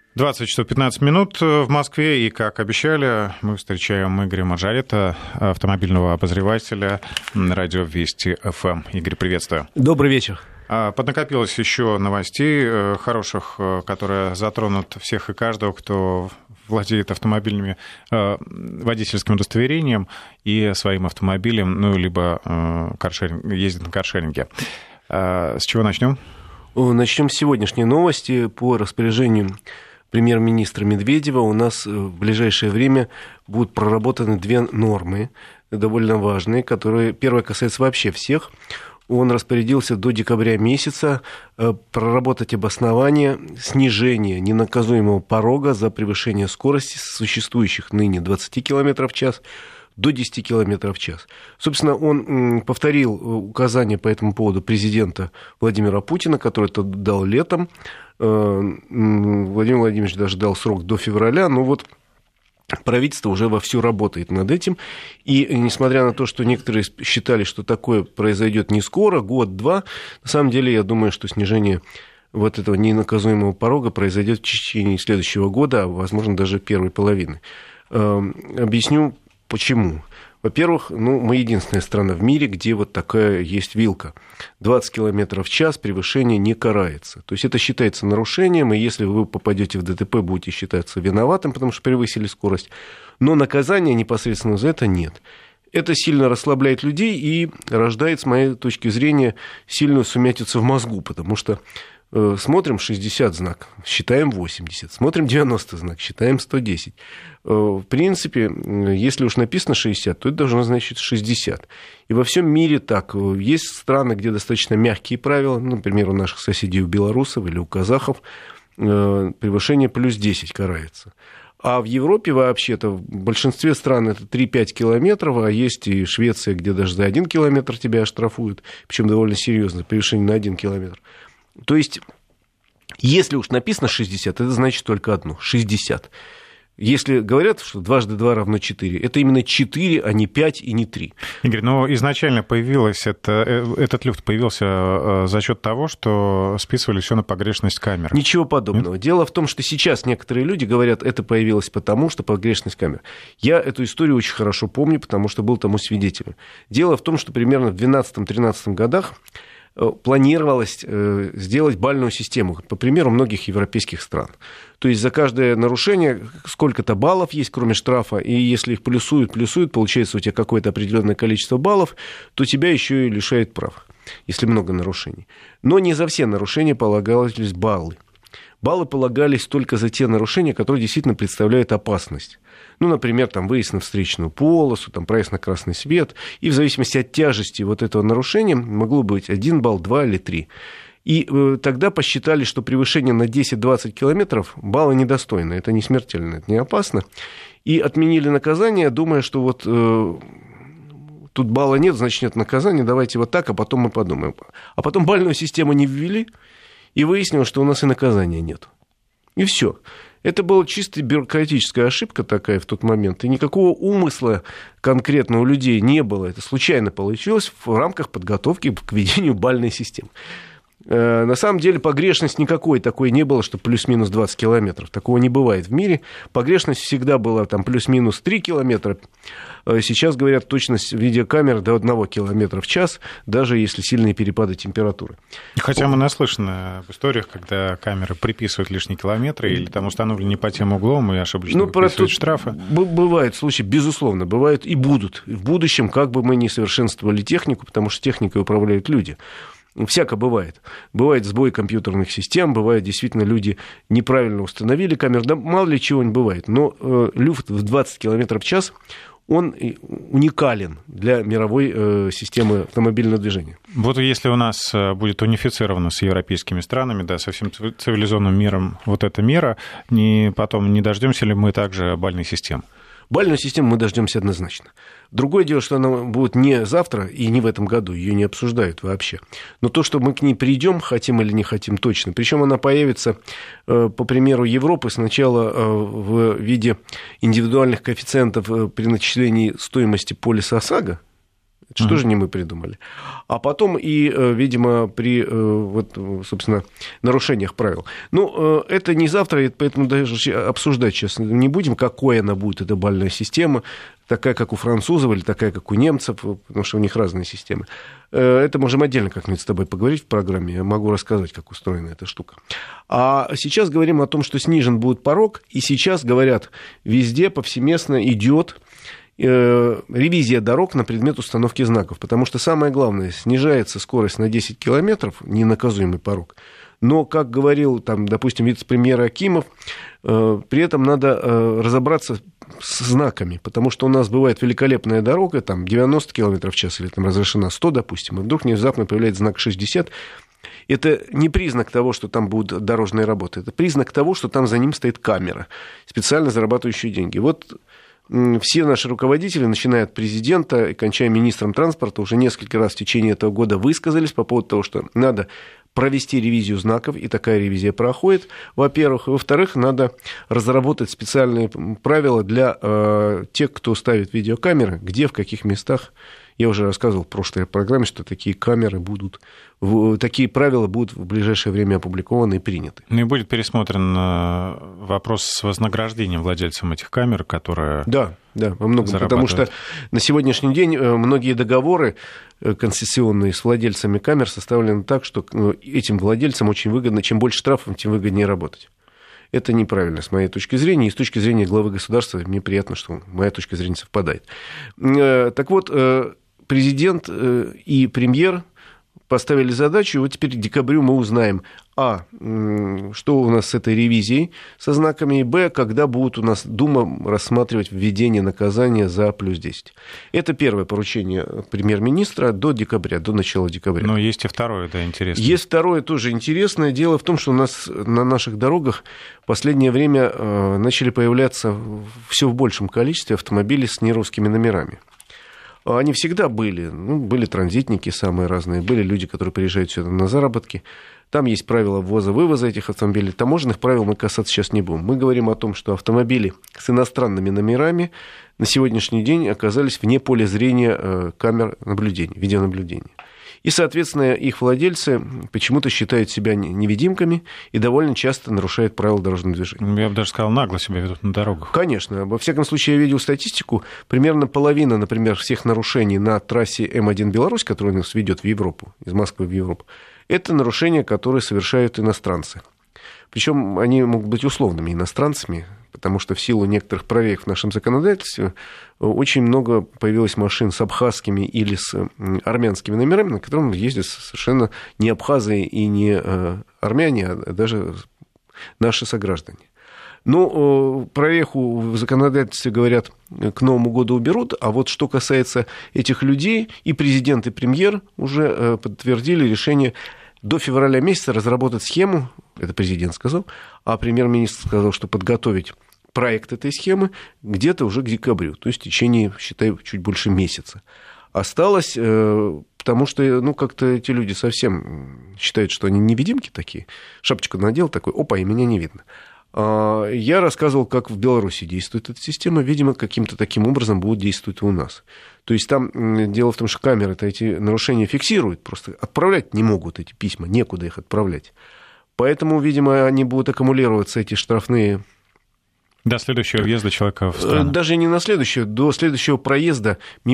20 часов 15 минут в Москве, и, как обещали, мы встречаем Игоря Маржарета, автомобильного обозревателя радио Вести ФМ. Игорь, приветствую. Добрый вечер. Поднакопилось еще новостей хороших, которые затронут всех и каждого, кто владеет автомобильными водительским удостоверением и своим автомобилем, ну, либо ездит на каршеринге. С чего начнем? Начнем с сегодняшней новости. По распоряжению премьер-министра Медведева у нас в ближайшее время будут проработаны две нормы, довольно важные, которые, первая касается вообще всех. Он распорядился до декабря месяца проработать обоснование снижения ненаказуемого порога за превышение скорости с существующих ныне 20 км в час до 10 км в час. Собственно, он повторил указания по этому поводу президента Владимира Путина, который это дал летом. Владимир Владимирович даже дал срок до февраля, но вот правительство уже вовсю работает над этим. И несмотря на то, что некоторые считали, что такое произойдет не скоро, год-два, на самом деле я думаю, что снижение вот этого ненаказуемого порога произойдет в течение следующего года, а возможно даже первой половины. Объясню, почему. Во-первых, мы единственная страна в мире, где вот такая есть вилка. 20 км в час превышение не карается. То есть это считается нарушением, и если вы попадете в ДТП, будете считаться виноватым, потому что превысили скорость. Но наказания непосредственно за это нет. Это сильно расслабляет людей и рождает, с моей точки зрения, сильную сумятицу в мозгу, потому что смотрим 60 знак, считаем 80, смотрим 90 знак, считаем 110. В принципе, если уж написано 60, то это должно значить 60. И во всем мире так. Есть страны, где достаточно мягкие правила, например, у наших соседей, у белорусов или у казахов, превышение плюс 10 карается. А в Европе вообще-то в большинстве стран это 3-5 километров, а есть и Швеция, где даже за 1 километр тебя оштрафуют, причем довольно серьезно, превышение на 1 километр. То есть, если уж написано 60, это значит только одно – 60. Если говорят, что дважды 2 равно 4, это именно 4, а не 5 и не 3. Игорь, изначально этот люфт появился за счет того, что списывали все на погрешность камер. Ничего подобного. Нет? Дело в том, что сейчас некоторые люди говорят, это появилось потому, что погрешность камер. Я эту историю очень хорошо помню, потому что был тому свидетелем. Дело в том, что примерно в 2012-2013 годах планировалось сделать бальную систему, по примеру многих европейских стран. То есть за каждое нарушение сколько-то баллов есть, кроме штрафа, и если их плюсуют, получается у тебя какое-то определенное количество баллов, то тебя еще и лишают прав, если много нарушений. Но не за все нарушения полагались баллы. Баллы полагались только за те нарушения, которые действительно представляют опасность. Например, выезд на встречную полосу, проезд на красный свет. И в зависимости от тяжести вот этого нарушения могло быть 1 балл, 2 или 3. И тогда посчитали, что превышение на 10-20 километров балла недостойно. Это не смертельно, это не опасно. И отменили наказание, думая, что тут балла нет, значит нет наказания, давайте вот так, а потом мы подумаем. А потом бальную систему не ввели, и выяснилось, что у нас и наказания нет. И все. Это была чисто бюрократическая ошибка такая в тот момент, и никакого умысла конкретно у людей не было. Это случайно получилось в рамках подготовки к введению бальной системы. На самом деле погрешность никакой такой не было, что плюс-минус 20 километров. Такого не бывает в мире. Погрешность всегда была плюс-минус 3 километра. Сейчас, говорят, точность видеокамер до 1 километра в час, даже если сильные перепады температуры. Хотя мы наслышаны в историях, когда камеры приписывают лишние километры или установлены не по тем углом и ошибочно выписывают штрафы. Бывают случаи, безусловно, бывают и будут. В будущем, как бы мы ни совершенствовали технику, потому что техникой управляют люди. Всяко бывает. Бывает сбой компьютерных систем, бывает, действительно, люди неправильно установили камеру, да мало ли чего не бывает. Но люфт в 20 км в час, он уникален для мировой системы автомобильного движения. Вот если у нас будет унифицировано с европейскими странами, со всем цивилизованным миром вот эта мера, потом не дождемся ли мы также бальной системы? Бальную систему мы дождемся однозначно. Другое дело, что она будет не завтра и не в этом году, ее не обсуждают вообще. Но то, что мы к ней придем, хотим или не хотим, точно. Причем она появится, по примеру Европы, сначала в виде индивидуальных коэффициентов при начислении стоимости полиса ОСАГО. Это что же не мы придумали. А потом и, видимо, при, вот, собственно, нарушениях правил. Ну, это не завтра, поэтому даже обсуждать сейчас не будем, какой она будет, эта бальная система, такая, как у французов, или такая, как у немцев, потому что у них разные системы. Это можем отдельно как-нибудь с тобой поговорить в программе. Я могу рассказать, как устроена эта штука. А сейчас говорим о том, что снижен будет порог, и сейчас, говорят, везде повсеместно идет ревизия дорог на предмет установки знаков. Потому что самое главное, снижается скорость на 10 километров, ненаказуемый порог. Но, как говорил, там, допустим, вице-премьер Акимов, при этом надо разобраться с знаками, потому что у нас бывает великолепная дорога, там 90 км в час, или там разрешена 100, допустим, и вдруг внезапно появляется знак 60. Это не признак того, что там будут дорожные работы, это признак того, что там за ним стоит камера, специально зарабатывающая деньги. Вот все наши руководители, начиная от президента и кончая министром транспорта, уже несколько раз в течение этого года высказались по поводу того, что надо провести ревизию знаков, и такая ревизия проходит, во-первых. И, во-вторых, надо разработать специальные правила для тех, кто ставит видеокамеры, где, в каких местах. Я уже рассказывал в прошлой программе, что такие камеры будут, такие правила будут в ближайшее время опубликованы и приняты. Ну и будет пересмотрен вопрос с вознаграждением владельцам этих камер, которые Да, во многом, потому что на сегодняшний день многие договоры концессионные с владельцами камер составлены так, что этим владельцам очень выгодно, чем больше штрафов, тем выгоднее работать. Это неправильно с моей точки зрения, и с точки зрения главы государства мне приятно, что моя точка зрения совпадает. Так вот, президент и премьер поставили задачу, и вот теперь к декабрю мы узнаем, что у нас с этой ревизией со знаками, и когда будет у нас Дума рассматривать введение наказания за плюс 10. Это первое поручение премьер-министра до декабря, до начала декабря. Но есть и второе, да, интересное. Есть второе, тоже интересное. Дело в том, что у нас на наших дорогах в последнее время начали появляться все в большем количестве автомобили с нерусскими номерами. Они всегда были. Были транзитники самые разные, были люди, которые приезжают сюда на заработки. Там есть правила ввоза-вывоза этих автомобилей. Таможенных правил мы касаться сейчас не будем. Мы говорим о том, что автомобили с иностранными номерами на сегодняшний день оказались вне поля зрения камер наблюдения, видеонаблюдения. И, соответственно, их владельцы почему-то считают себя невидимками и довольно часто нарушают правила дорожного движения. Я бы даже сказал, нагло себя ведут на дорогах. Конечно. Во всяком случае, я видел статистику. Примерно половина, например, всех нарушений на трассе М1 Беларусь, которая нас ведет в Европу, из Москвы в Европу, это нарушения, которые совершают иностранцы. Причем они могут быть условными иностранцами, потому что в силу некоторых проверок в нашем законодательстве очень много появилось машин с абхазскими или с армянскими номерами, на которых ездят совершенно не абхазы и не армяне, а даже наши сограждане. Но прореху в законодательстве, говорят, к Новому году уберут, а вот что касается этих людей, и президент, и премьер уже подтвердили решение до февраля месяца разработать схему, это президент сказал, а премьер-министр сказал, что подготовить проект этой схемы где-то уже к декабрю, то есть в течение, считай, чуть больше месяца. Осталось, потому что, как-то эти люди совсем считают, что они невидимки такие, шапочку надел такой, опа, и меня не видно. Я рассказывал, как в Беларуси действует эта система, видимо, каким-то таким образом будет действовать и у нас. То есть там дело в том, что камеры-то эти нарушения фиксируют, просто отправлять не могут эти письма, некуда их отправлять. Поэтому, видимо, они будут аккумулироваться, эти штрафные... До следующего въезда человека в страну. Даже не на следующего, до следующего проезда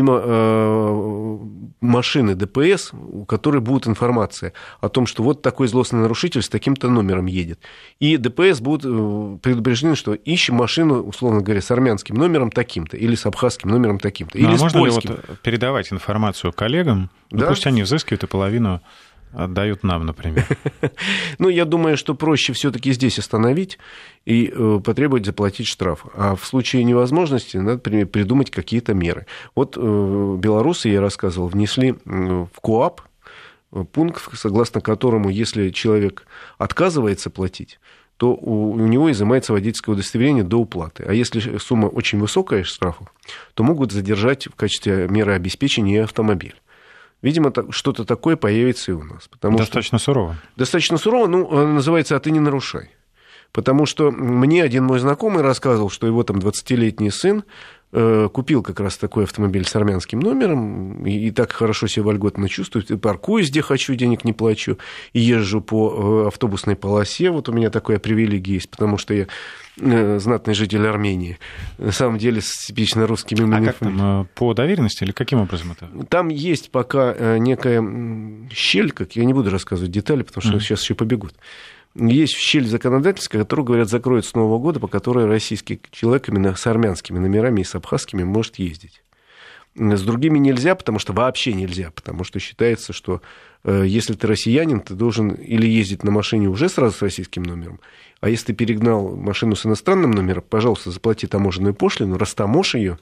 мимо машины ДПС, у которой будет информация о том, что вот такой злостный нарушитель с таким-то номером едет. И ДПС будут предупреждены, что ищем машину, условно говоря, с армянским номером таким-то, или с абхазским номером таким-то, или с можно польским. Ли передавать информацию коллегам? Да? Пусть они взыскивают и половину отдают нам, например. Я думаю, что проще все-таки здесь остановить и потребовать заплатить штраф. А в случае невозможности надо придумать какие-то меры. Вот белорусы, я рассказывал, внесли в КоАП пункт, согласно которому, если человек отказывается платить, то у него изымается водительское удостоверение до уплаты. А если сумма очень высокая штрафов, то могут задержать в качестве меры обеспечения автомобиль. Видимо, что-то такое появится и у нас. Достаточно сурово. Достаточно сурово, называется «а ты не нарушай». Потому что мне один мой знакомый рассказывал, что его там 20-летний сын купил как раз такой автомобиль с армянским номером, и так хорошо себя вольготно чувствую, и паркуюсь, где хочу, денег не плачу, и езжу по автобусной полосе, вот у меня такая привилегия есть, потому что я знатный житель Армении, на самом деле с типично русскими именами. А как там, по доверенности или каким образом это? Там есть пока некая щель, как я не буду рассказывать детали, потому что сейчас еще побегут. Есть щель законодательства, которую, говорят, закроют с Нового года, по которой российский человек именно с армянскими номерами и с абхазскими может ездить. С другими нельзя, потому что вообще нельзя, потому что считается, что если ты россиянин, ты должен или ездить на машине уже сразу с российским номером, а если ты перегнал машину с иностранным номером, пожалуйста, заплати таможенную пошлину, растаможь ее,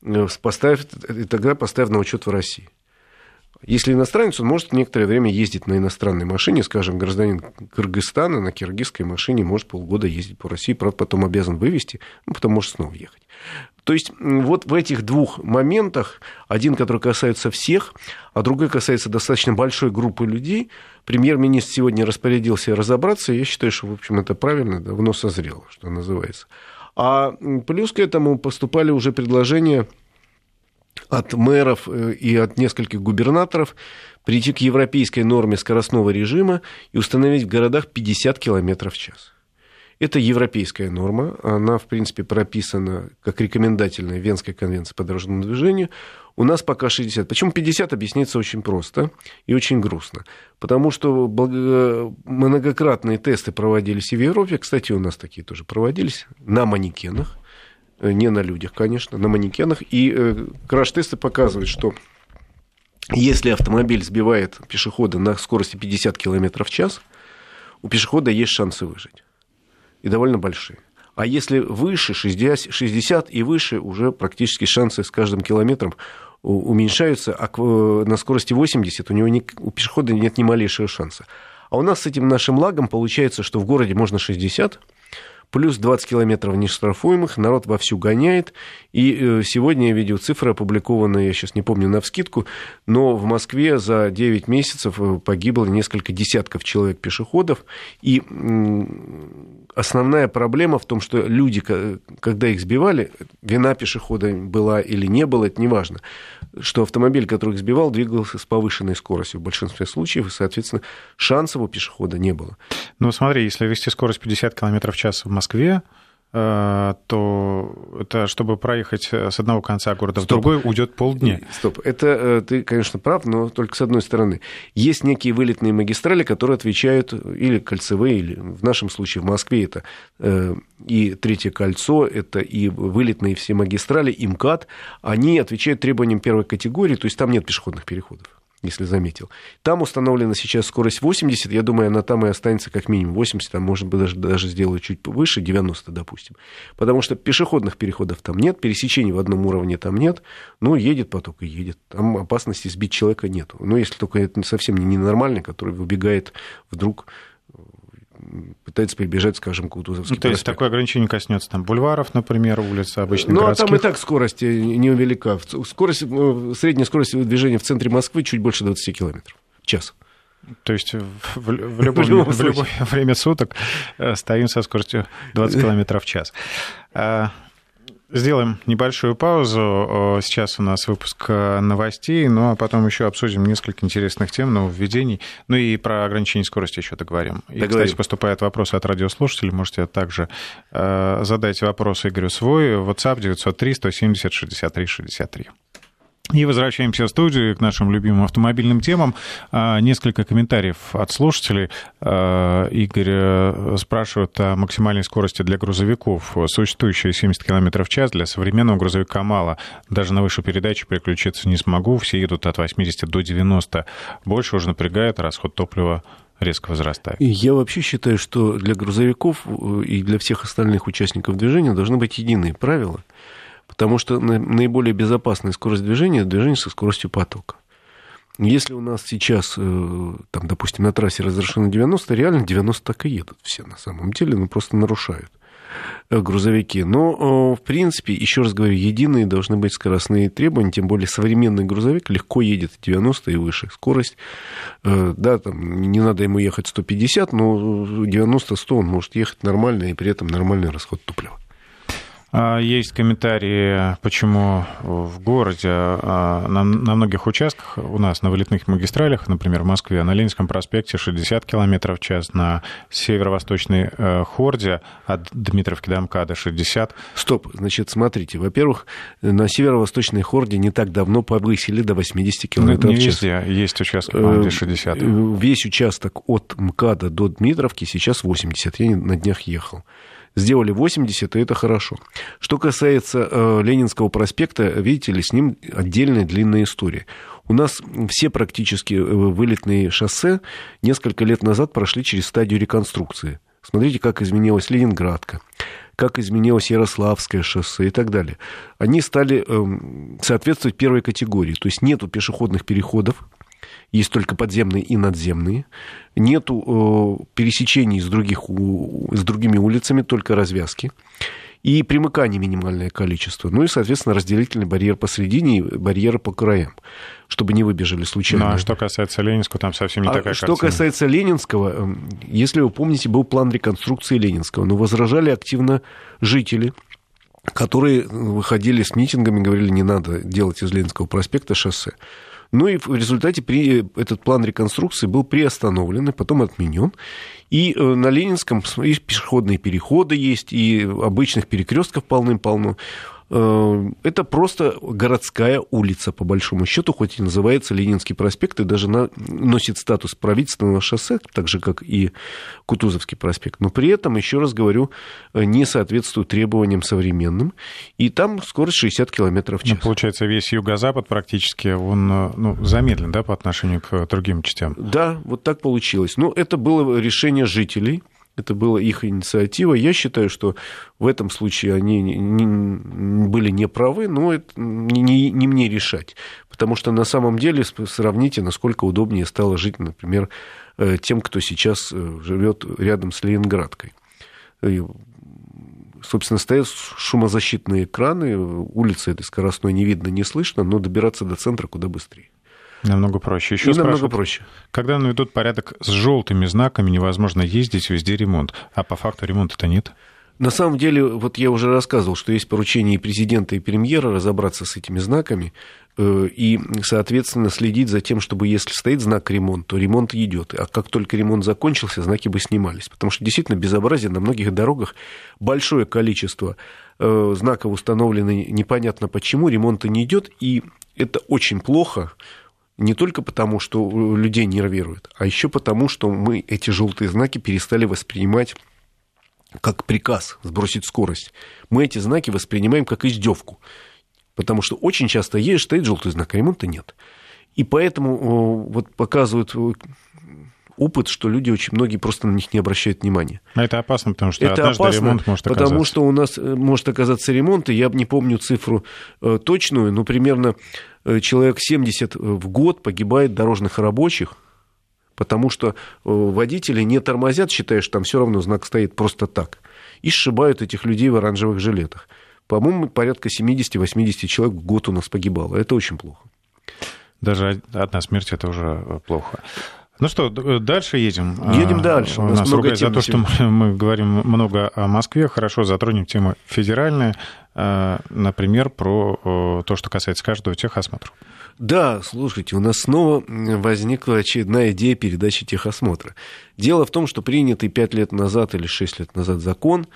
и тогда поставь на учет в России. Если иностранец, он может некоторое время ездить на иностранной машине, скажем, гражданин Кыргызстана на киргизской машине может полгода ездить по России, правда, потом обязан вывести, потом может снова ехать. То есть вот в этих двух моментах, один, который касается всех, а другой касается достаточно большой группы людей, премьер-министр сегодня распорядился разобраться, и я считаю, что, в общем, это правильно, давно созрело, что называется. А плюс к этому поступали уже предложения от мэров и от нескольких губернаторов прийти к европейской норме скоростного режима и установить в городах 50 км в час. Это европейская норма, она, в принципе, прописана как рекомендательная Венской конвенции по дорожному движению. У нас пока 60. Почему 50, объясняется очень просто и очень грустно. Потому что многократные тесты проводились и в Европе, кстати, у нас такие тоже проводились, на манекенах. Не на людях, конечно, на манекенах. И краш-тесты показывают, что если автомобиль сбивает пешехода на скорости 50 км в час, у пешехода есть шансы выжить. И довольно большие. А если выше, 60 и выше, уже практически шансы с каждым километром уменьшаются, а на скорости 80 у пешехода нет ни малейшего шанса. А у нас с этим нашим лагом получается, что в городе можно 60, плюс 20 километров нештрафуемых, народ вовсю гоняет. И сегодня я видел цифры, опубликованные, я сейчас не помню навскидку, но в Москве за 9 месяцев погибло несколько десятков человек-пешеходов. И основная проблема в том, что люди, когда их сбивали, вина пешехода была или не была, это не важно, что автомобиль, который их сбивал, двигался с повышенной скоростью в большинстве случаев, и, соответственно, шансов у пешехода не было. Ну, смотри, если вести скорость 50 км в час в Москве, то это, чтобы проехать с одного конца города в другой, уйдет полдня. Стоп, это ты, конечно, прав, но только с одной стороны. Есть некие вылетные магистрали, которые отвечают, или кольцевые, или в нашем случае в Москве это и Третье кольцо, это и вылетные все магистрали, и МКАД, они отвечают требованиям первой категории, то есть там нет пешеходных переходов, если заметил. Там установлена сейчас скорость 80, я думаю, она там и останется как минимум 80, а может быть даже сделают чуть выше, 90, допустим. Потому что пешеходных переходов там нет, пересечений в одном уровне там нет, ну, едет поток и едет. Там опасности сбить человека нет. Но если только это совсем не ненормальный, который выбегает вдруг, пытается перебежать, скажем, Кутузовский проспект. То есть такое ограничение коснется там бульваров, например, улиц обычных городских? Ну, а там и так скорость невелика. Средняя скорость движения в центре Москвы чуть больше 20 км в час. То есть в любое время суток стоим со скоростью 20 км в час. Сделаем небольшую паузу. Сейчас у нас выпуск новостей, ну а потом еще обсудим несколько интересных тем, нововведений, ну и про ограничение скорости еще договорим. И, кстати, поступают вопросы от радиослушателей, можете также задать вопрос Игорю свой. WhatsApp 903-170-63-63. И возвращаемся в студию к нашим любимым автомобильным темам. Несколько комментариев от слушателей. Игорь спрашивает о максимальной скорости для грузовиков. Существующая 70 км в час для современного грузовика мало. Даже на высшую передачу переключиться не смогу. Все едут от 80 до 90. Больше уже напрягает, расход топлива резко возрастает. Я вообще считаю, что для грузовиков и для всех остальных участников движения должны быть единые правила. Потому что наиболее безопасная скорость движения – это движение со скоростью потока. Если у нас сейчас, там, допустим, на трассе разрешено 90, реально 90 так и едут все на самом деле, но просто нарушают грузовики. Но, в принципе, еще раз говорю, единые должны быть скоростные требования, тем более современный грузовик легко едет 90 и выше. Скорость, да, там, не надо ему ехать 150, но 90-100 он может ехать нормально, и при этом нормальный расход топлива. Есть комментарии, почему в городе на многих участках у нас на вылетных магистралях, например, в Москве, на Ленинском проспекте 60 км в час, на северо-восточной хорде от Дмитровки до МКАДа 60. Стоп, значит, смотрите, во-первых, на северо-восточной хорде не так давно повысили до 80 км в час. Не везде, есть участки, где 60. Весь участок от МКАДа до Дмитровки сейчас 80, я на днях ехал. Сделали 80, и это хорошо. Что касается Ленинского проспекта, видите ли, с ним отдельная длинная история. У нас все практически вылетные шоссе несколько лет назад прошли через стадию реконструкции. Смотрите, как изменилась Ленинградка, как изменилось Ярославское шоссе и так далее. Они стали соответствовать первой категории, то есть нету пешеходных переходов, есть только подземные и надземные. Нету пересечений с другими улицами, только развязки. И примыканий минимальное количество. Ну и, соответственно, разделительный барьер посередине и барьеры по краям, чтобы не выбежали случайно. Ну, а что касается Ленинского, там совсем не такая картина. Что касается Ленинского, если вы помните, был план реконструкции Ленинского, но возражали активно жители, которые выходили с митингами, говорили, не надо делать из Ленинского проспекта шоссе. Ну и в результате этот план реконструкции был приостановлен и потом отменен. И на Ленинском и пешеходные переходы есть, и обычных перекрестков полным-полно. Это просто городская улица, по большому счету, хоть и называется Ленинский проспект, и даже носит статус правительственного шоссе, так же, как и Кутузовский проспект. Но при этом, еще раз говорю, не соответствует требованиям современным. И там скорость 60 км в час. Ну, получается, весь юго-запад практически, он замедлен, да, по отношению к другим частям? Да, вот так получилось. Но это было решение жителей. Это была их инициатива. Я считаю, что в этом случае они были неправы, но это не мне решать. Потому что на самом деле сравните, насколько удобнее стало жить, например, тем, кто сейчас живет рядом с Ленинградкой. Собственно, стоят шумозащитные экраны, улицы этой скоростной не видно, не слышно, но добираться до центра куда быстрее. Намного проще. Еще намного проще. Когда наведут порядок с желтыми знаками, невозможно ездить, везде ремонт. А по факту ремонта-то нет. На самом деле, вот я уже рассказывал, что есть поручение и президента, и премьера разобраться с этими знаками и, соответственно, следить за тем, чтобы если стоит знак ремонт, то ремонт идет. А как только ремонт закончился, знаки бы снимались. Потому что действительно безобразие на многих дорогах, большое количество знаков установлено непонятно почему, ремонта не идет, и это очень плохо. Не только потому, что людей нервирует, а еще потому, что мы эти желтые знаки перестали воспринимать как приказ сбросить скорость. Мы эти знаки воспринимаем как издевку, потому что очень часто едешь, стоит желтый знак, а ремонта нет. И поэтому вот показывают опыт, что люди очень многие просто на них не обращают внимания. А это опасно, потому что это однажды опасно, ремонт может оказаться. Потому что у нас может оказаться ремонт, и я не помню цифру точную, но примерно человек 70 в год погибает дорожных рабочих, потому что водители не тормозят, считая, что там все равно знак стоит просто так, и сшибают этих людей в оранжевых жилетах. По-моему, порядка 70-80 человек в год у нас погибало. Это очень плохо. Даже одна смерть — это уже плохо. Ну что, дальше едем. Едем дальше. У нас ругают за то, что мы говорим много о Москве. Хорошо, затронем тему федеральную, например, про то, что касается каждого техосмотра. Да, слушайте, у нас снова возникла очередная идея передачи техосмотра. Дело в том, что принятый 5 лет назад или 6 лет назад закон,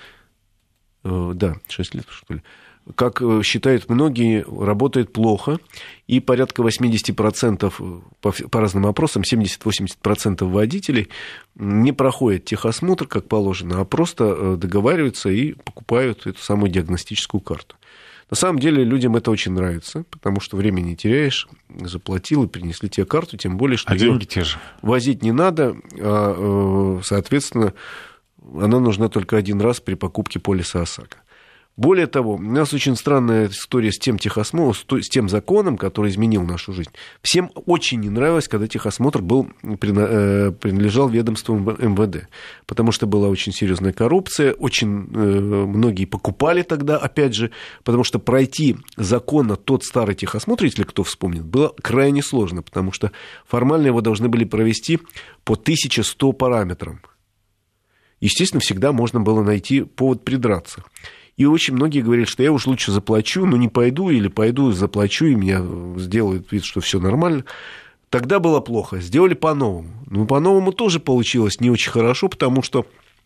6 лет, что ли, как считают многие, работает плохо, и порядка 80% по разным опросам, 70-80% водителей не проходят техосмотр, как положено, а просто договариваются и покупают эту самую диагностическую карту. На самом деле людям это очень нравится, потому что времени не теряешь, заплатил и принесли тебе карту, тем более, что деньги те же. Возить не надо, а, соответственно, она нужна только один раз при покупке полиса ОСАГО. Более того, у нас очень странная история с тем техосмотром, с тем законом, который изменил нашу жизнь. Всем очень не нравилось, когда техосмотр принадлежал ведомству МВД, потому что была очень серьезная коррупция, очень многие покупали тогда, опять же, потому что пройти законно тот старый техосмотр, если кто вспомнит, было крайне сложно, потому что формально его должны были провести по 1100 параметрам. Естественно, всегда можно было найти повод придраться. И очень многие говорили, что я уж лучше заплачу, но не пойду, или пойду, заплачу, и меня сделают вид, что все нормально. Тогда было плохо, сделали по-новому. Но по-новому тоже получилось не очень хорошо, потому что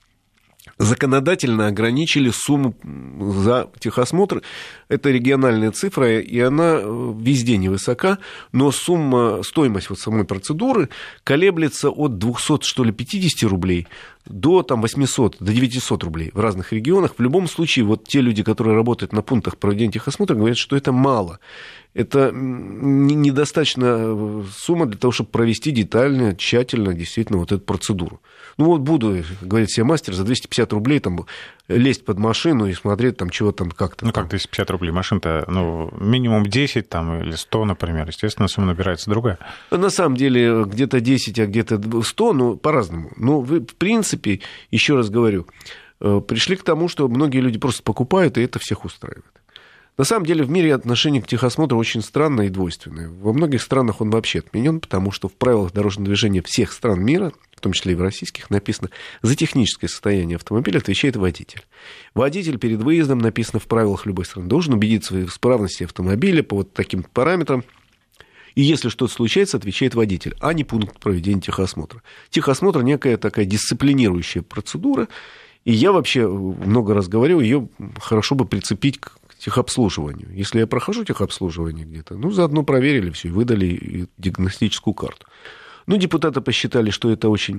законодательно ограничили сумму за техосмотр. Это региональная цифра, и она везде невысока, но стоимость вот самой процедуры колеблется от 250 рублей до там, 800, до 900 рублей в разных регионах. В любом случае, вот те люди, которые работают на пунктах проведения техосмотра, говорят, что это мало. Это недостаточно сумма для того, чтобы провести детально, тщательно, действительно, вот эту процедуру. Ну вот буду, говорит себе мастер, за 250 рублей там, лезть под машину и смотреть, там, чего там как-то. Ну как 250 рублей? Машина-то минимум 10 там, или 100, например. Естественно, сумма набирается другая. На самом деле где-то 10, а где-то 100, ну по-разному. Но вы, в принципе, еще раз говорю, пришли к тому, что многие люди просто покупают, и это всех устраивает. На самом деле в мире отношение к техосмотру очень странное и двойственное. Во многих странах он вообще отменен, потому что в правилах дорожного движения всех стран мира, в том числе и в российских, написано, за техническое состояние автомобиля отвечает водитель. Водитель перед выездом, написано в правилах любой страны, должен убедиться в исправности автомобиля по вот таким параметрам. И если что-то случается, отвечает водитель, а не пункт проведения техосмотра. Техосмотр – некая такая дисциплинирующая процедура. И я вообще много раз говорю, ее хорошо бы прицепить к техобслуживанию. Если я прохожу техобслуживание где-то, заодно проверили все и выдали диагностическую карту. Депутаты посчитали, что это очень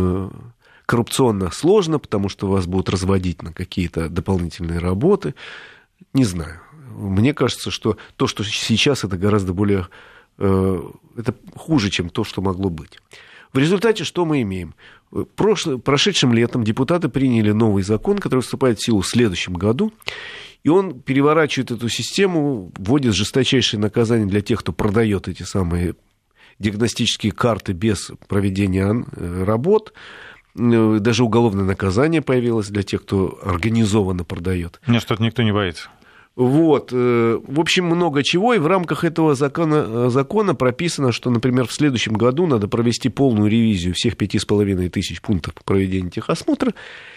коррупционно сложно, потому что вас будут разводить на какие-то дополнительные работы. Не знаю. Мне кажется, что то, что сейчас, это гораздо более... это хуже, чем то, что могло быть. В результате что мы имеем? Прошедшим летом депутаты приняли новый закон, который вступает в силу в следующем году, и он переворачивает эту систему, вводит жесточайшие наказания для тех, кто продает эти самые диагностические карты без проведения работ. Даже уголовное наказание появилось для тех, кто организованно продает. Мне что-то никто не боится. Вот. В общем, много чего. И в рамках этого закона прописано, что, например, в следующем году надо провести полную ревизию всех 5500 пунктов по проведению техосмотра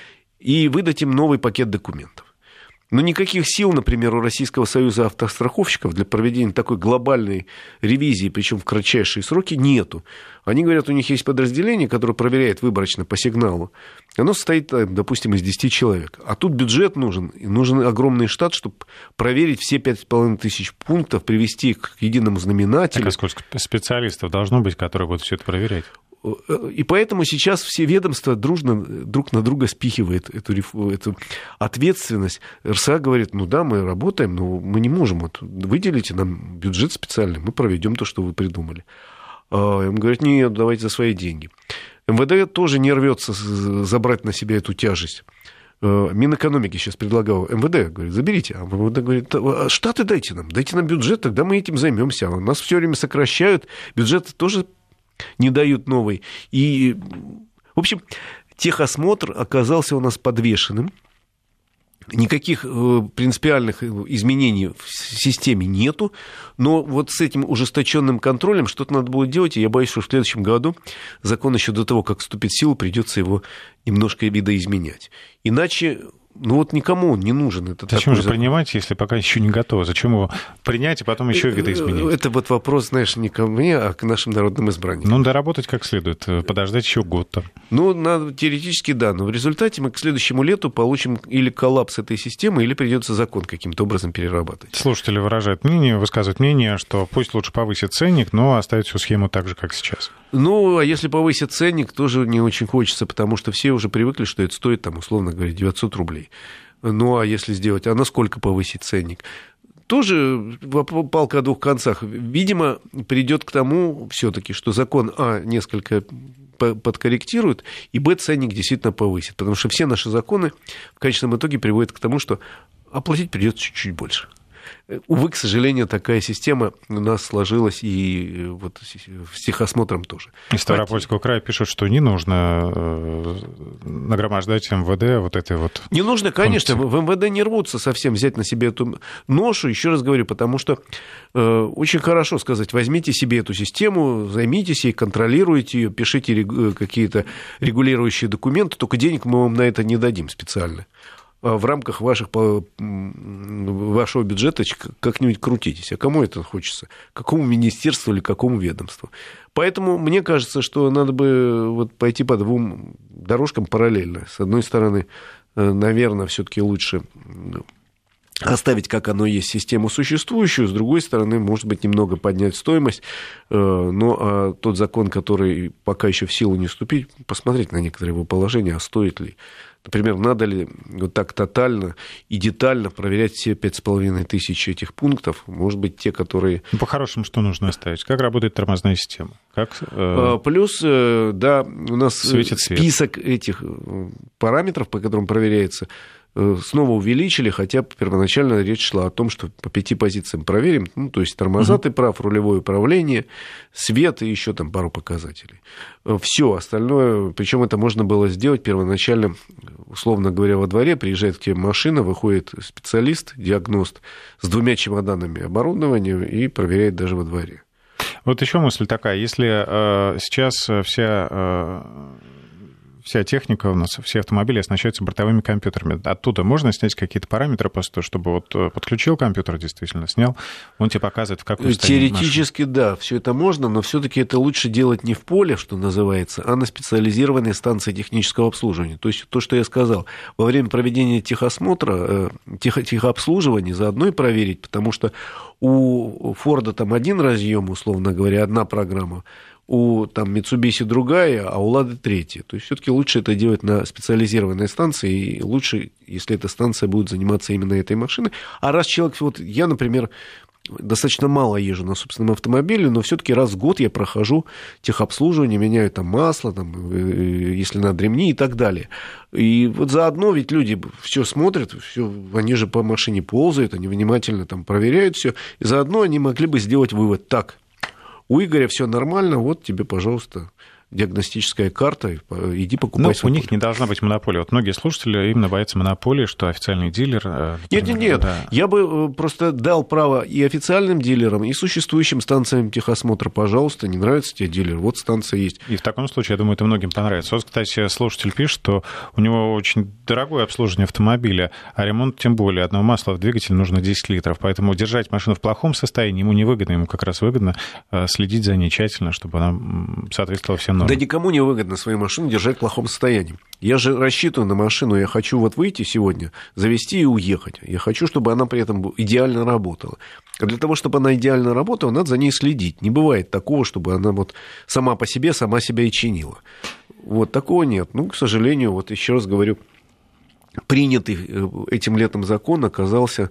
и выдать им новый пакет документов. Но никаких сил, например, у Российского союза автостраховщиков для проведения такой глобальной ревизии, причем в кратчайшие сроки, нету. Они говорят, у них есть подразделение, которое проверяет выборочно по сигналу. Оно состоит, допустим, из 10 человек. А тут бюджет нужен, и нужен огромный штат, чтобы проверить все 5500 пунктов, привести к единому знаменателю. Так, а сколько специалистов должно быть, которые будут все это проверять? И поэтому сейчас все ведомства дружно друг на друга спихивают эту ответственность. РСА говорит, мы работаем, но мы не можем. Выделите нам бюджет специальный, мы проведем то, что вы придумали. Им говорят, нет, давайте за свои деньги. МВД тоже не рвется забрать на себя эту тяжесть. Минэкономики сейчас предлагал МВД, говорит, заберите. А МВД говорит, штаты дайте нам бюджет, тогда мы этим займемся. А нас все время сокращают, бюджет тоже не дают новый. И, в общем, техосмотр оказался у нас подвешенным. Никаких принципиальных изменений в системе нету, но вот с этим ужесточенным контролем что-то надо будет делать, и я боюсь, что в следующем году закон еще до того, как вступит в силу, придется его немножко видоизменять. Иначе... никому он не нужен. Зачем же принимать, если пока еще не готово? Зачем его принять и потом еще видоизменить? Это вот вопрос, знаешь, не ко мне, а к нашим народным избранникам. Доработать как следует, подождать еще год там. Надо, теоретически да, но в результате мы к следующему лету получим или коллапс этой системы, или придется закон каким-то образом перерабатывать. Слушатели высказывают мнение, что пусть лучше повысит ценник, но оставить всю схему так же, как сейчас. А если повысит ценник, тоже не очень хочется, потому что все уже привыкли, что это стоит, условно говоря, 900 рублей. А если сделать, а насколько повысить ценник? Тоже палка о двух концах. Видимо, придет к тому все-таки, что закон, несколько подкорректирует, и ценник действительно повысит. Потому что все наши законы в конечном итоге приводят к тому, что оплатить придется чуть-чуть больше. Увы, к сожалению, такая система у нас сложилась, и вот с техосмотром тоже. Из Ставропольского края пишут, что не нужно нагромождать МВД вот этой вот... Не нужно, конечно, в МВД не рвутся совсем взять на себе эту ношу, еще раз говорю, потому что очень хорошо сказать, возьмите себе эту систему, займитесь ей, контролируйте ее, пишите какие-то регулирующие документы, только денег мы вам на это не дадим специально. в рамках вашего бюджета как-нибудь крутитесь. А кому это хочется? Какому министерству или какому ведомству? Поэтому мне кажется, что надо бы вот пойти по двум дорожкам параллельно. С одной стороны, наверное, все-таки лучше оставить, как оно есть, систему существующую, с другой стороны, может быть, немного поднять стоимость, но тот закон, который пока еще в силу не вступит, посмотреть на некоторые его положения, а стоит ли. Например, надо ли вот так тотально и детально проверять все 5500 этих пунктов, может быть, те, которые... По-хорошему, что нужно оставить? Как работает тормозная система? Плюс, да, у нас список свет. этих параметров, по которым проверяется, снова увеличили, хотя первоначально речь шла о том, что по 5 позициям проверим, ну, то есть тормоза, ты прав, рулевое управление, свет и еще там пару показателей. Все остальное, причем это можно было сделать первоначально, условно говоря, во дворе, приезжает к тебе машина, выходит специалист, диагност с 2 чемоданами оборудования и проверяет даже во дворе. Вот еще мысль такая, если сейчас вся техника у нас, все автомобили оснащаются бортовыми компьютерами. Оттуда можно снять какие-то параметры просто, чтобы вот подключил компьютер, действительно снял, он тебе показывает, в какую состоянии теоретически, машина. Да, все это можно, но все-таки это лучше делать не в поле, что называется, а на специализированной станции технического обслуживания. То есть то, что я сказал, во время проведения техосмотра, техобслуживания заодно и проверить, потому что у Форда там один разъем, условно говоря, одна программа, у там Mitsubishi другая, а у Лады третья. То есть все-таки лучше это делать на специализированной станции, и лучше, если эта станция будет заниматься именно этой машиной. А раз человек, вот я, например, достаточно мало езжу на собственном автомобиле, но все-таки раз в год я прохожу техобслуживание, меняю там масло, там, если надо, ремни и так далее. И вот заодно ведь люди все смотрят, все, они же по машине ползают, они внимательно там проверяют все, и заодно они могли бы сделать вывод: так, у Игоря все нормально, вот тебе, пожалуйста, диагностическая карта, иди покупай. Но у них не должна быть монополия. Вот многие слушатели именно боятся монополии, что официальный дилер... Нет, да. Я бы просто дал право и официальным дилерам, и существующим станциям техосмотра. Пожалуйста, не нравится тебе дилер, вот станция есть. И в таком случае, я думаю, это многим понравится. Вот, кстати, слушатель пишет, что у него очень дорогое обслуживание автомобиля, а ремонт тем более. Одного масла в двигатель нужно 10 литров, поэтому держать машину в плохом состоянии ему невыгодно, ему как раз выгодно следить за ней тщательно, чтобы она соответствовала всем нормам. Да никому не выгодно свою машину держать в плохом состоянии. Я же рассчитываю на машину, я хочу вот выйти сегодня, завести и уехать. Я хочу, чтобы она при этом идеально работала. А для того, чтобы она идеально работала, надо за ней следить. Не бывает такого, чтобы она вот сама по себе, сама себя и чинила. Вот такого нет. Ну, к сожалению, вот еще раз говорю, принятый этим летом закон оказался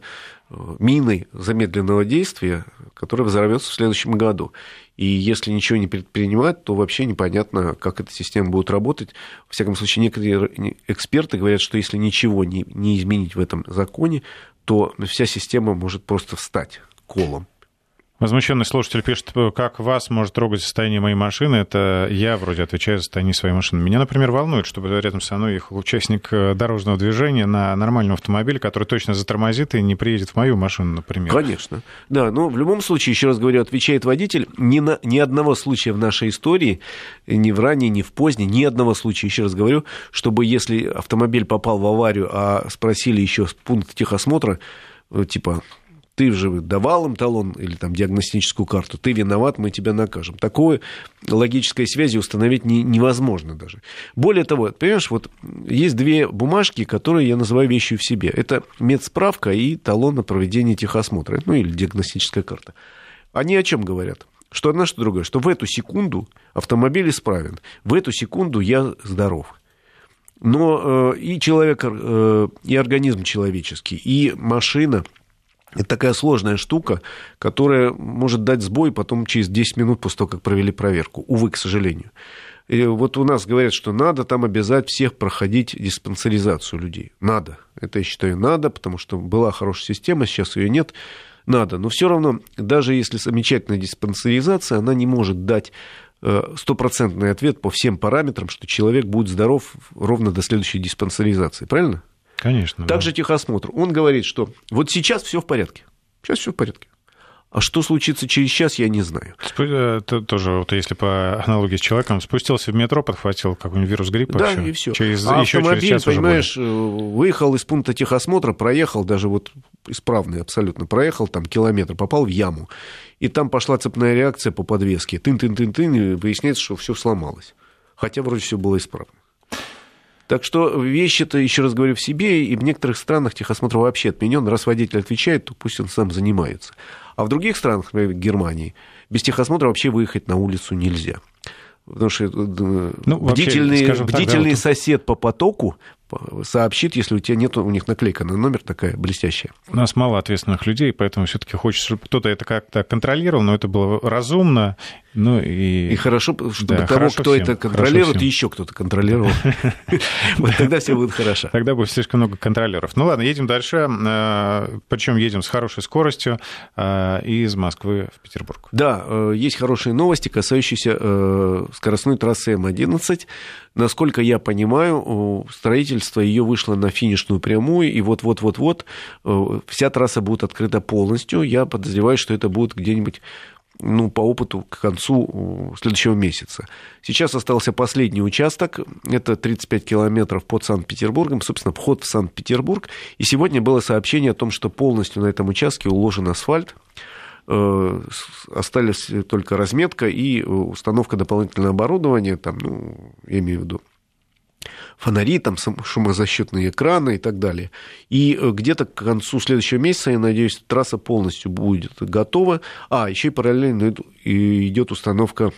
миной замедленного действия, которая взорвется в следующем году. И если ничего не предпринимать, то вообще непонятно, как эта система будет работать. Во всяком случае, некоторые эксперты говорят, что если ничего не изменить в этом законе, то вся система может просто встать колом. Возмущенный слушатель пишет, как вас может трогать состояние моей машины. Это я вроде отвечаю за состояние своей машины. Меня, например, волнует, чтобы рядом со мной ехал участник дорожного движения на нормальном автомобиле, который точно затормозит и не приедет в мою машину, например. Конечно. Да, но в любом случае, еще раз говорю, отвечает водитель. Ни одного случая в нашей истории, ни в ранней, ни в поздней, ни одного случая, еще раз говорю, чтобы если автомобиль попал в аварию, а спросили еще с пункта техосмотра, типа... Ты же давал им талон или там диагностическую карту, ты виноват, мы тебя накажем. Такой логической связи установить невозможно даже. Более того, понимаешь, вот есть две бумажки, которые я называю вещью в себе. Это медсправка и талон на проведение техосмотра, ну или диагностическая карта. Они о чем говорят? Что одна, что другая. Что в эту секунду автомобиль исправен, в эту секунду я здоров. Но и человек, и организм человеческий, и машина... Это такая сложная штука, которая может дать сбой потом через 10 минут после того, как провели проверку. Увы, к сожалению. И вот у нас говорят, что надо там обязать всех проходить диспансеризацию людей. Надо. Это, я считаю, надо, потому что была хорошая система, сейчас ее нет. Надо. Но все равно, даже если замечательная диспансеризация, она не может дать стопроцентный ответ по всем параметрам, что человек будет здоров ровно до следующей диспансеризации. Правильно? Конечно. Также техосмотр. Он говорит, что вот сейчас все в порядке. Сейчас все в порядке. А что случится через час, я не знаю. Тоже, вот если по аналогии с человеком, спустился в метро, подхватил какой-нибудь вирус гриппа. Да, все. и все. Автомобиль, через час, понимаешь, выехал из пункта техосмотра, проехал, даже вот исправный абсолютно, проехал там километр, попал в яму. И там пошла цепная реакция по подвеске. Тын-тын-тын-тын, и выясняется, что все сломалось. Хотя вроде все было исправно. Так что вещи-то, еще раз говорю, в себе, и в некоторых странах техосмотр вообще отменен. Раз водитель отвечает, то пусть он сам занимается. А в других странах, например, в Германии, без техосмотра вообще выехать на улицу нельзя. Потому что бдительный сосед по потоку сообщит, если у тебя нет, у них наклейка на номер такая блестящая. У нас мало ответственных людей, поэтому все-таки хочется, чтобы кто-то это как-то контролировал, но это было разумно. И хорошо, чтобы того, кто это контролирует, еще кто-то контролировал. Вот тогда все будет хорошо. Тогда будет слишком много контролеров. Ну ладно, едем дальше. Причем едем с хорошей скоростью из Москвы в Петербург. Да, есть хорошие новости, касающиеся скоростной трассы М11. Насколько я понимаю, строительство ее вышло на финишную прямую, и вот-вот-вот-вот вся трасса будет открыта полностью. Я подозреваю, что это будет где-нибудь, по опыту, к концу следующего месяца. Сейчас остался последний участок, это 35 километров под Санкт-Петербургом, собственно, вход в Санкт-Петербург. И сегодня было сообщение о том, что полностью на этом участке уложен асфальт. Остались только разметка и установка дополнительного оборудования, там, я имею в виду фонари, там, шумозащитные экраны и так далее. И где-то к концу следующего месяца, я надеюсь, трасса полностью будет готова. Еще и параллельно идет установка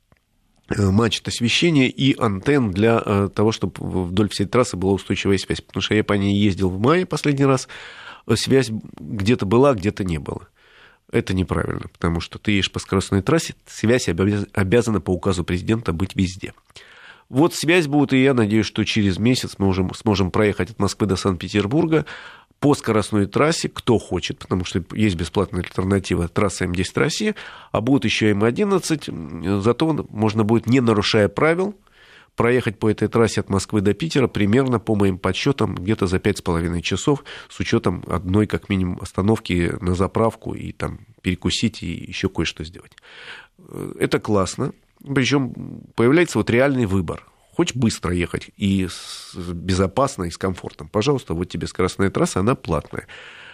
мачт освещения и антенн для того, чтобы вдоль всей трассы была устойчивая связь. Потому что я по ней ездил в мае последний раз, связь где-то была, где-то не было. Это неправильно, потому что ты едешь по скоростной трассе, связь обязана по указу президента быть везде. Вот связь будет, и я надеюсь, что через месяц мы уже сможем проехать от Москвы до Санкт-Петербурга по скоростной трассе, кто хочет, потому что есть бесплатная альтернатива трасса М10 Россия, а будет еще М11, зато можно будет, не нарушая правил, проехать по этой трассе от Москвы до Питера примерно, по моим подсчетам, где-то за 5,5 часов, с учетом одной, как минимум, остановки на заправку и там перекусить и еще кое-что сделать. Это классно. Причем появляется вот реальный выбор. Хочешь быстро ехать и безопасно, и с комфортом, пожалуйста, вот тебе скоростная трасса, она платная.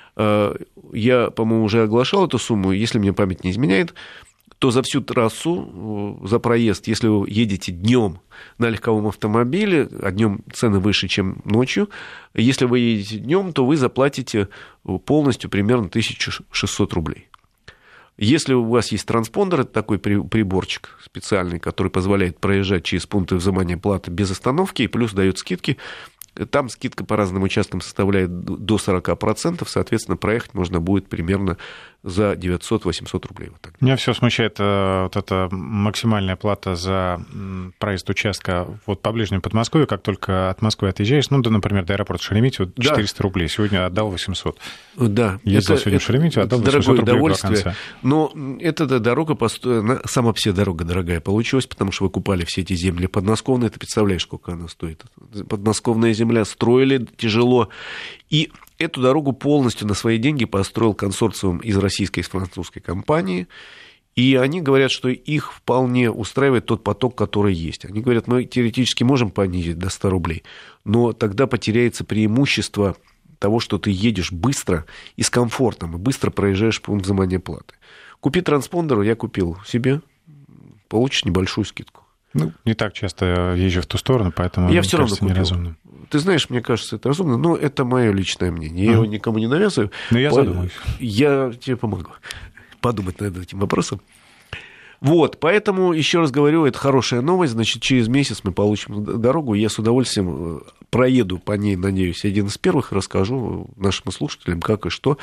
Я, по-моему, уже оглашал эту сумму, если мне память не изменяет, то за всю трассу, за проезд, если вы едете днем на легковом автомобиле, а днем цены выше, чем ночью, если вы едете днем, то вы заплатите полностью примерно 1600 рублей. Если у вас есть транспондер, это такой приборчик специальный, который позволяет проезжать через пункты взимания платы без остановки и плюс дает скидки, там скидка по разным участкам составляет до 40%, соответственно, проехать можно будет примерно за 900-800 рублей. Вот так. Меня все смущает вот эта максимальная плата за проезд участка вот по ближнему Подмосковью, как только от Москвы отъезжаешь, например, до аэропорта Шереметьево, 400 рублей, сегодня отдал 800. Да. Ездил сегодня в Шереметьево, отдал 800 рублей до конца. Но эта дорога, сама все дорога дорогая получилась, потому что вы купали все эти земли подмосковные, ты представляешь, сколько она стоит. Подмосковная земля строили тяжело, и эту дорогу полностью на свои деньги построил консорциум из российской и французской компании, и они говорят, что их вполне устраивает тот поток, который есть. Они говорят, мы теоретически можем понизить до 100 рублей, но тогда потеряется преимущество того, что ты едешь быстро и с комфортом, и быстро проезжаешь пункт взимания платы. Купи транспондер, я купил себе, получишь небольшую скидку. Не так часто езжу в ту сторону, поэтому я все равно купил. Неразумно. Ты знаешь, мне кажется, это разумно, но это мое личное мнение. Я его никому не навязываю. Но я задумаюсь. Я тебе помогу подумать над этим вопросом. Вот, поэтому, еще раз говорю, это хорошая новость. Значит, через месяц мы получим дорогу. Я с удовольствием проеду по ней, надеюсь, один из первых, расскажу нашим слушателям, как и что,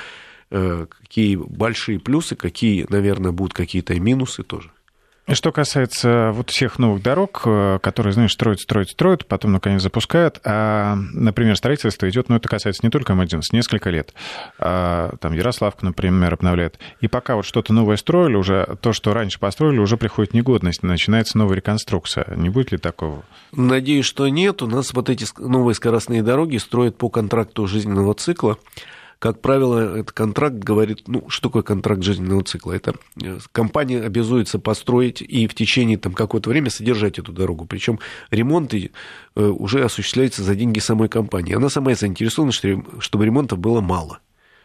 какие большие плюсы, какие, наверное, будут какие-то и минусы тоже. Что касается вот всех новых дорог, которые, знаешь, строят, потом, наконец, запускают, например, строительство идет, это касается не только М11, несколько лет. Там Ярославку, например, обновляют. И пока вот что-то новое строили, уже то, что раньше построили, уже приходит негодность, начинается новая реконструкция. Не будет ли такого? Надеюсь, что нет. У нас вот эти новые скоростные дороги строят по контракту жизненного цикла. Как правило, этот контракт говорит, что такое контракт жизненного цикла? Это компания обязуется построить и в течение какого-то времени содержать эту дорогу. Причем ремонты уже осуществляются за деньги самой компании. Она сама заинтересована, чтобы ремонтов было мало.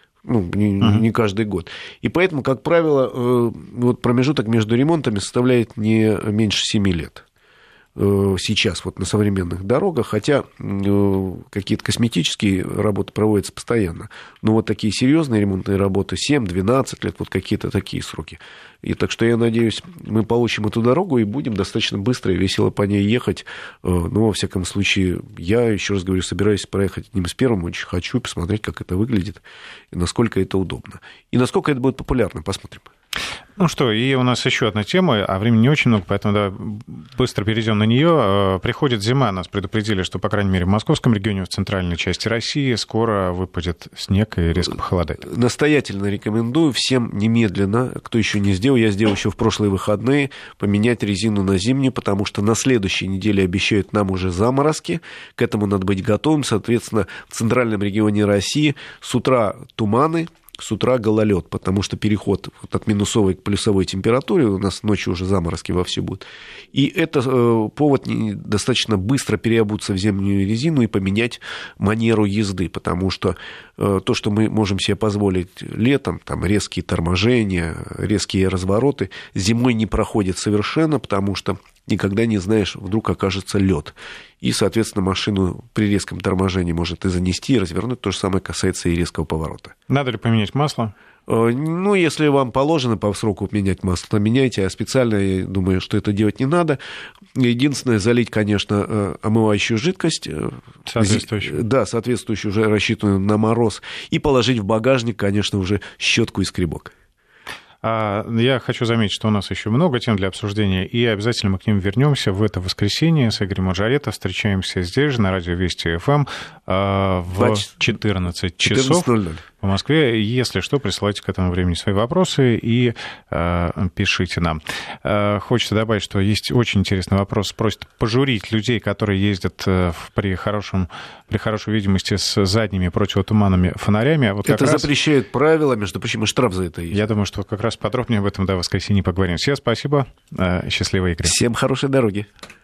Не каждый год. И поэтому, как правило, промежуток между ремонтами составляет не меньше 7 лет. Сейчас на современных дорогах, хотя какие-то косметические работы проводятся постоянно, но такие серьезные ремонтные работы 7-12 лет, какие-то такие сроки. И так что я надеюсь, мы получим эту дорогу и будем достаточно быстро и весело по ней ехать. Но, во всяком случае, я, еще раз говорю, собираюсь проехать одним из первых, очень хочу посмотреть, как это выглядит и насколько это удобно. И насколько это будет популярно, посмотрим. И у нас еще одна тема, а времени не очень много, поэтому давай быстро перейдем на нее. Приходит зима, нас предупредили, что, по крайней мере, в московском регионе, в центральной части России, скоро выпадет снег и резко похолодает. Настоятельно рекомендую всем немедленно, кто еще не сделал, я сделал еще в прошлые выходные, поменять резину на зимнюю, потому что на следующей неделе обещают нам уже заморозки, к этому надо быть готовым. Соответственно, в центральном регионе России с утра туманы, с утра гололед, потому что переход от минусовой к плюсовой температуре, у нас ночью уже заморозки вовсю будут. И это повод достаточно быстро переобуться в зимнюю резину и поменять манеру езды, потому что то, что мы можем себе позволить летом, резкие торможения, резкие развороты, зимой не проходит совершенно, потому что никогда не знаешь, вдруг окажется лед. И, соответственно, машину при резком торможении может и занести, и развернуть. То же самое касается и резкого поворота. Надо ли поменять масло? Если вам положено по сроку менять масло, то меняйте, а специально, я думаю, что это делать не надо. Единственное, залить, конечно, омывающую жидкость. Соответствующую. Да, соответствующую, уже рассчитанную на мороз. И положить в багажник, конечно, уже щетку и скребок. Я хочу заметить, что у нас еще много тем для обсуждения, и обязательно мы к ним вернемся в это воскресенье с Игорем Маджарета. Встречаемся здесь же, на радио Вести ФМ, в 14 часов 14:00 по Москве. Если что, присылайте к этому времени свои вопросы и пишите нам. Хочется добавить, что есть очень интересный вопрос. Просят пожурить людей, которые ездят при хорошей видимости с задними противотуманными фонарями. Это запрещает правила, между прочим, и штраф за это есть. Я думаю, что как раз подробнее об этом в воскресенье поговорим. Всем спасибо. Счастливо, Игорь. Всем хорошей дороги.